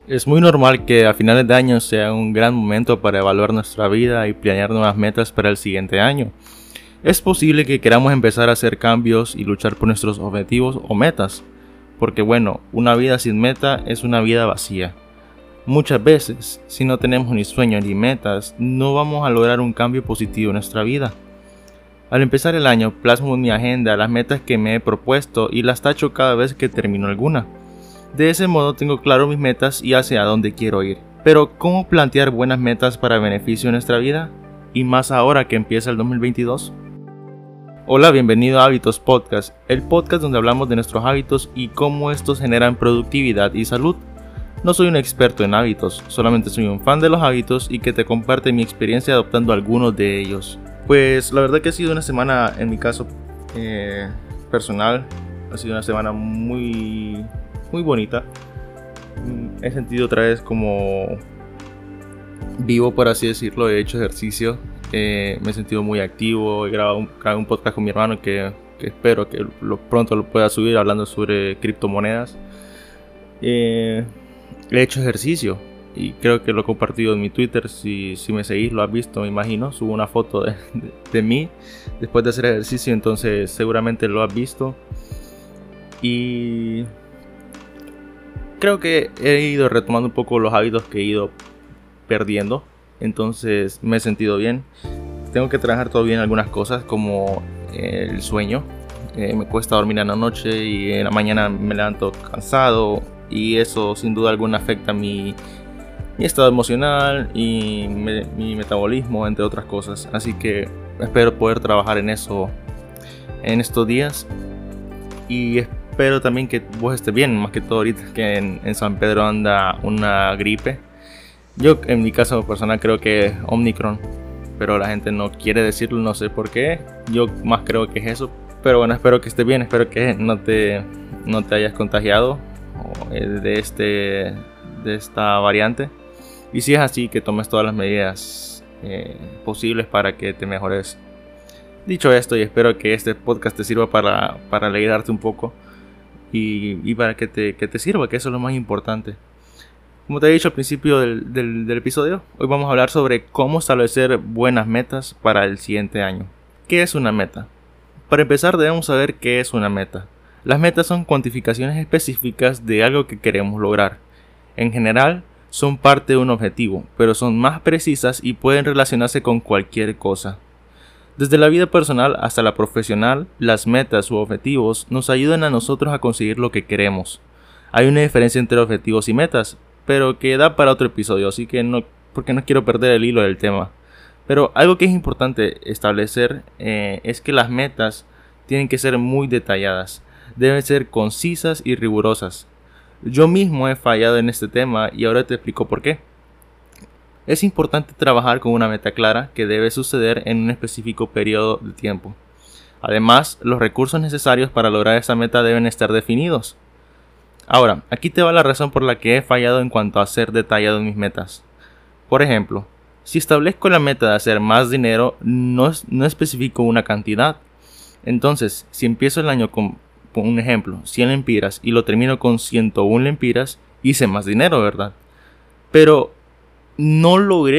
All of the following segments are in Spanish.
Es muy normal que a finales de año sea un gran momento para evaluar nuestra vida y planear nuevas metas para el siguiente año. Es posible que queramos empezar a hacer cambios y luchar por nuestros objetivos o metas, porque una vida sin meta es una vida vacía. Muchas veces, si no tenemos ni sueños ni metas, no vamos a lograr un cambio positivo en nuestra vida. Al empezar el año, plasmo en mi agenda las metas que me he propuesto y las tacho cada vez que termino alguna. De ese modo tengo claro mis metas y hacia dónde quiero ir. Pero ¿cómo plantear buenas metas para beneficio de nuestra vida? Y más ahora que empieza el 2022. Hola, bienvenido a Hábitos Podcast, el podcast donde hablamos de nuestros hábitos y cómo estos generan productividad y salud. No soy un experto en hábitos, solamente soy un fan de los hábitos y que te comparte mi experiencia adoptando algunos de ellos. Pues la verdad que ha sido una semana, en mi caso personal, ha sido una semana muy bonita. He sentido otra vez como vivo, por así decirlo. He hecho ejercicio, me he sentido muy activo. He grabado un podcast con mi hermano que espero que pronto lo pueda subir, hablando sobre criptomonedas. He hecho ejercicio y creo que lo he compartido en mi Twitter. Si me seguís lo has visto, me imagino. Subo una foto de mí después de hacer ejercicio, entonces seguramente lo has visto. Y creo que he ido retomando un poco los hábitos que he ido perdiendo. Entonces me he sentido bien. Tengo que trabajar todavía en algunas cosas, como el sueño. Me cuesta dormir en la noche y en la mañana me levanto cansado. Y eso sin duda alguna afecta mi estado emocional y mi metabolismo, entre otras cosas. Así que espero poder trabajar en eso en estos días. Y espero también que vos estés bien, más que todo ahorita que en San Pedro anda una gripe. Yo en mi caso personal creo que es Omicron, pero la gente no quiere decirlo, no sé por qué. Yo más creo que es eso. Pero bueno, espero que estés bien, espero que no te hayas contagiado de esta variante. Y si es así, que tomes todas las medidas posibles para que te mejores. Dicho esto, y espero que este podcast te sirva para alegrarte un poco y para que te sirva, que eso es lo más importante. Como te he dicho al principio del episodio, hoy vamos a hablar sobre cómo establecer buenas metas para el siguiente año. ¿Qué es una meta? Para empezar, debemos saber qué es una meta. Las metas son cuantificaciones específicas de algo que queremos lograr. En general, son parte de un objetivo, pero son más precisas y pueden relacionarse con cualquier cosa. Desde la vida personal hasta la profesional, las metas u objetivos nos ayudan a nosotros a conseguir lo que queremos. Hay una diferencia entre objetivos y metas, pero que da para otro episodio, así que porque no quiero perder el hilo del tema. Pero algo que es importante establecer es que las metas tienen que ser muy detalladas. Deben ser concisas y rigurosas. Yo mismo he fallado en este tema y ahora te explico por qué. Es importante trabajar con una meta clara que debe suceder en un específico periodo de tiempo. Además, los recursos necesarios para lograr esa meta deben estar definidos. Ahora, aquí te va la razón por la que he fallado en cuanto a ser detallado en mis metas. Por ejemplo, si establezco la meta de hacer más dinero, no especifico una cantidad. Entonces, si empiezo el año con un ejemplo, 100 lempiras y lo termino con 101 lempiras, hice más dinero, ¿verdad? Pero no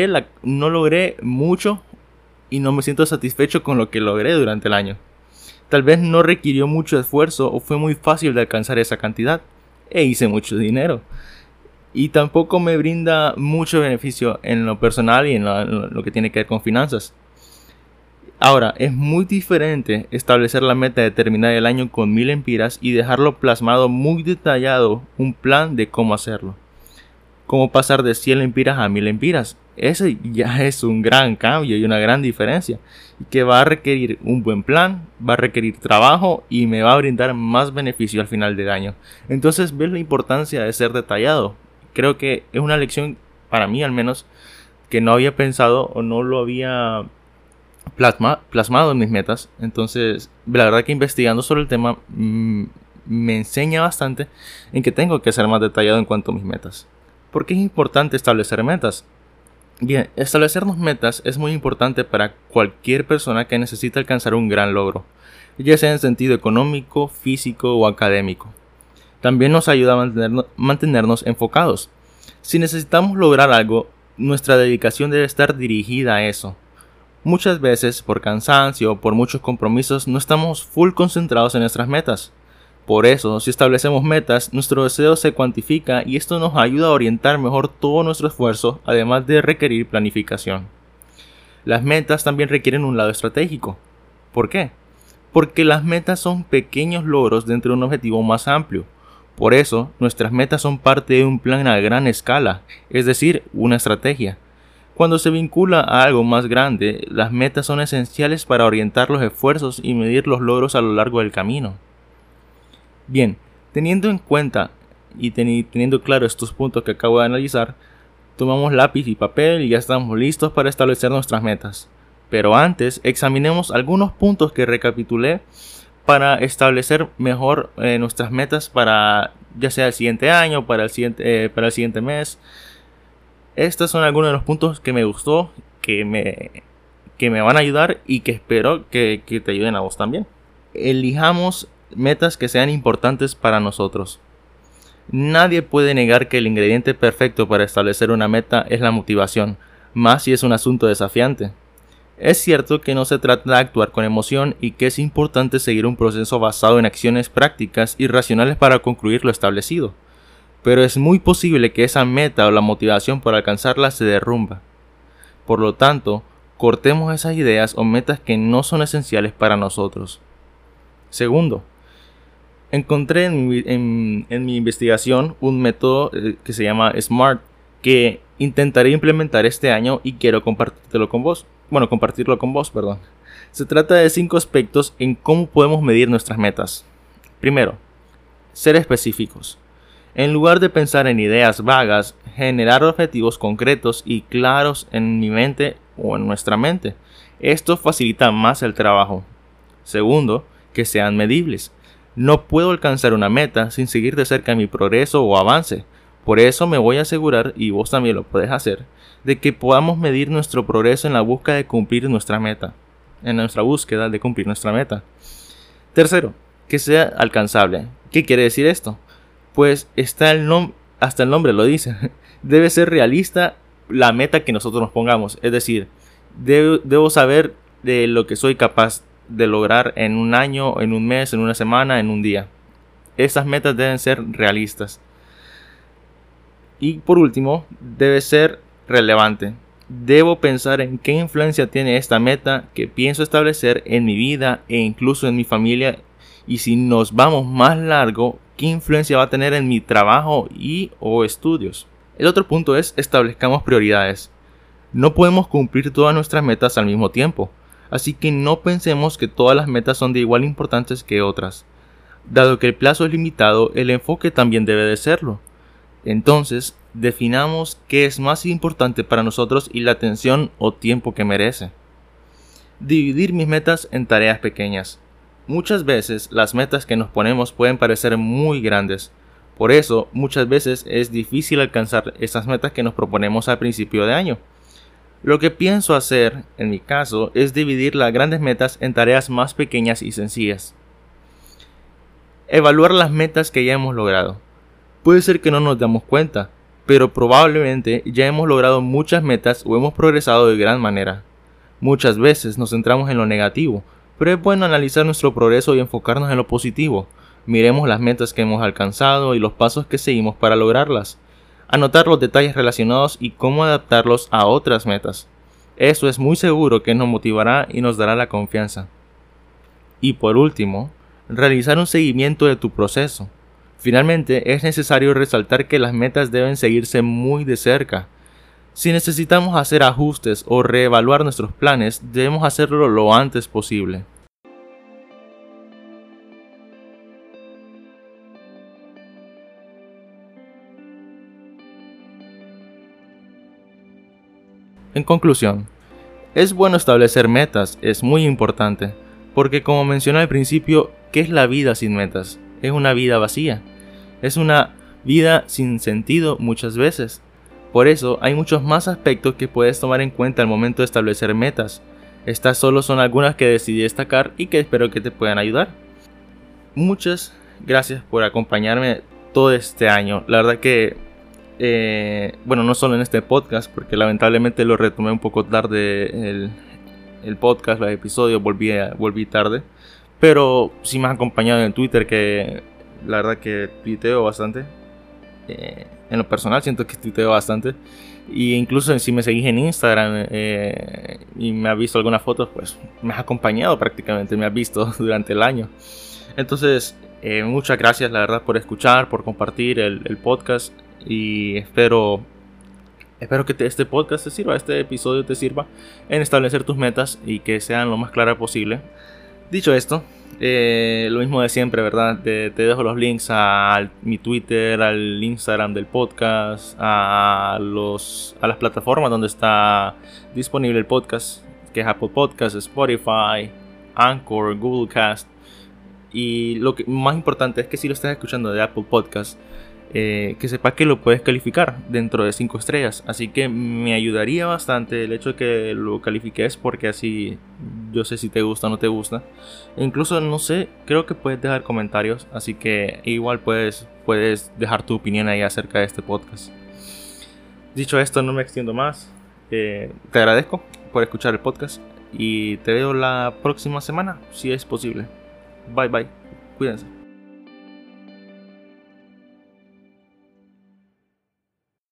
logré mucho y no me siento satisfecho con lo que logré durante el año. Tal vez no requirió mucho esfuerzo o fue muy fácil de alcanzar esa cantidad e hice mucho dinero. Y tampoco me brinda mucho beneficio en lo personal y en lo que tiene que ver con finanzas. Ahora, es muy diferente establecer la meta de terminar el año con 1000 lempiras y dejarlo plasmado muy detallado, un plan de cómo hacerlo. Cómo pasar de 100 lempiras a 1000 lempiras. Ese ya es un gran cambio y una gran diferencia. Y que va a requerir un buen plan, va a requerir trabajo y me va a brindar más beneficio al final del año. Entonces, ves la importancia de ser detallado. Creo que es una lección, para mí al menos, que no había pensado o no lo había plasmado en mis metas. Entonces, la verdad que investigando sobre el tema me enseña bastante en que tengo que ser más detallado en cuanto a mis metas. ¿Por qué es importante establecer metas? Bien, establecernos metas es muy importante para cualquier persona que necesita alcanzar un gran logro, ya sea en sentido económico, físico o académico. También nos ayuda a mantenernos enfocados. Si necesitamos lograr algo, nuestra dedicación debe estar dirigida a eso. Muchas veces, por cansancio o por muchos compromisos, no estamos full concentrados en nuestras metas. Por eso, si establecemos metas, nuestro deseo se cuantifica y esto nos ayuda a orientar mejor todo nuestro esfuerzo, además de requerir planificación. Las metas también requieren un lado estratégico. ¿Por qué? Porque las metas son pequeños logros dentro de un objetivo más amplio. Por eso, nuestras metas son parte de un plan a gran escala, es decir, una estrategia. Cuando se vincula a algo más grande, las metas son esenciales para orientar los esfuerzos y medir los logros a lo largo del camino. Bien, teniendo en cuenta y teniendo claro estos puntos que acabo de analizar, tomamos lápiz y papel y ya estamos listos para establecer nuestras metas. Pero antes, examinemos algunos puntos que recapitulé para establecer mejor nuestras metas para ya sea el siguiente año, para el siguiente mes. Estos son algunos de los puntos que me gustó, que me van a ayudar y que espero que te ayuden a vos también. Elijamos metas que sean importantes para nosotros. Nadie puede negar que el ingrediente perfecto para establecer una meta es la motivación, más si es un asunto desafiante. Es cierto que no se trata de actuar con emoción y que es importante seguir un proceso basado en acciones prácticas y racionales para concluir lo establecido. Pero es muy posible que esa meta o la motivación por alcanzarla se derrumba. Por lo tanto, cortemos esas ideas o metas que no son esenciales para nosotros. Segundo, encontré en mi investigación un método que se llama SMART que intentaré implementar este año y quiero compartirlo con vos. Se trata de 5 aspectos en cómo podemos medir nuestras metas. Primero, ser específicos. En lugar de pensar en ideas vagas, generar objetivos concretos y claros en mi mente o en nuestra mente. Esto facilita más el trabajo. Segundo, que sean medibles. No puedo alcanzar una meta sin seguir de cerca mi progreso o avance. Por eso me voy a asegurar, y vos también lo puedes hacer, de que podamos medir nuestro progreso en la búsqueda de cumplir nuestra meta. Tercero, que sea alcanzable. ¿Qué quiere decir esto? Pues hasta el nombre lo dice. Debe ser realista la meta que nosotros nos pongamos. Es decir, debo saber de lo que soy capaz de lograr en un año, en un mes, en una semana, en un día. Esas metas deben ser realistas. Y por último, debe ser relevante. Debo pensar en qué influencia tiene esta meta que pienso establecer en mi vida e incluso en mi familia. Y si nos vamos más largo, ¿qué influencia va a tener en mi trabajo o estudios? El otro punto es establezcamos prioridades. No podemos cumplir todas nuestras metas al mismo tiempo. Así que no pensemos que todas las metas son de igual importantes que otras. Dado que el plazo es limitado, el enfoque también debe de serlo. Entonces, definamos qué es más importante para nosotros y la atención o tiempo que merece. Dividir mis metas en tareas pequeñas. Muchas veces las metas que nos ponemos pueden parecer muy grandes. Por eso, muchas veces es difícil alcanzar esas metas que nos proponemos al principio de año. Lo que pienso hacer, en mi caso, es dividir las grandes metas en tareas más pequeñas y sencillas. Evaluar las metas que ya hemos logrado. Puede ser que no nos damos cuenta, pero probablemente ya hemos logrado muchas metas o hemos progresado de gran manera. Muchas veces nos centramos en lo negativo, pero es bueno analizar nuestro progreso y enfocarnos en lo positivo. Miremos las metas que hemos alcanzado y los pasos que seguimos para lograrlas. Anotar los detalles relacionados y cómo adaptarlos a otras metas. Eso es muy seguro que nos motivará y nos dará la confianza. Y por último, realizar un seguimiento de tu proceso. Finalmente, es necesario resaltar que las metas deben seguirse muy de cerca. Si necesitamos hacer ajustes o reevaluar nuestros planes, debemos hacerlo lo antes posible. En conclusión, es bueno establecer metas, es muy importante, porque como mencioné al principio, ¿qué es la vida sin metas? Es una vida vacía, es una vida sin sentido muchas veces. Por eso hay muchos más aspectos que puedes tomar en cuenta al momento de establecer metas. Estas solo son algunas que decidí destacar y que espero que te puedan ayudar. Muchas gracias por acompañarme todo este año. La verdad que bueno, no solo en este podcast, porque lamentablemente lo retomé un poco tarde el podcast, los episodios, volví tarde, pero sí me has acompañado en Twitter, que la verdad que tuiteo bastante. En lo personal siento que tuiteo bastante, y incluso si me seguís en Instagram y me has visto algunas fotos, pues me has acompañado prácticamente, me has visto durante el año. Entonces muchas gracias, la verdad, por escuchar, por compartir el podcast, y espero que este podcast te sirva, este episodio te sirva en establecer tus metas y que sean lo más claras posible. Dicho esto, lo mismo de siempre, ¿verdad? Te dejo los links a mi Twitter, al Instagram del podcast, a las plataformas donde está disponible el podcast, que es Apple Podcasts, Spotify, Anchor, Google Cast. Y lo que más importante es que si lo estás escuchando de Apple Podcasts, que sepas que lo puedes calificar dentro de 5 estrellas. Así que me ayudaría bastante el hecho de que lo califiques, porque así yo sé si te gusta o no te gusta. E incluso, no sé, creo que puedes dejar comentarios, así que igual puedes dejar tu opinión ahí acerca de este podcast. Dicho esto, no me extiendo más. Te agradezco por escuchar el podcast y te veo la próxima semana, si es posible. Bye bye, cuídense.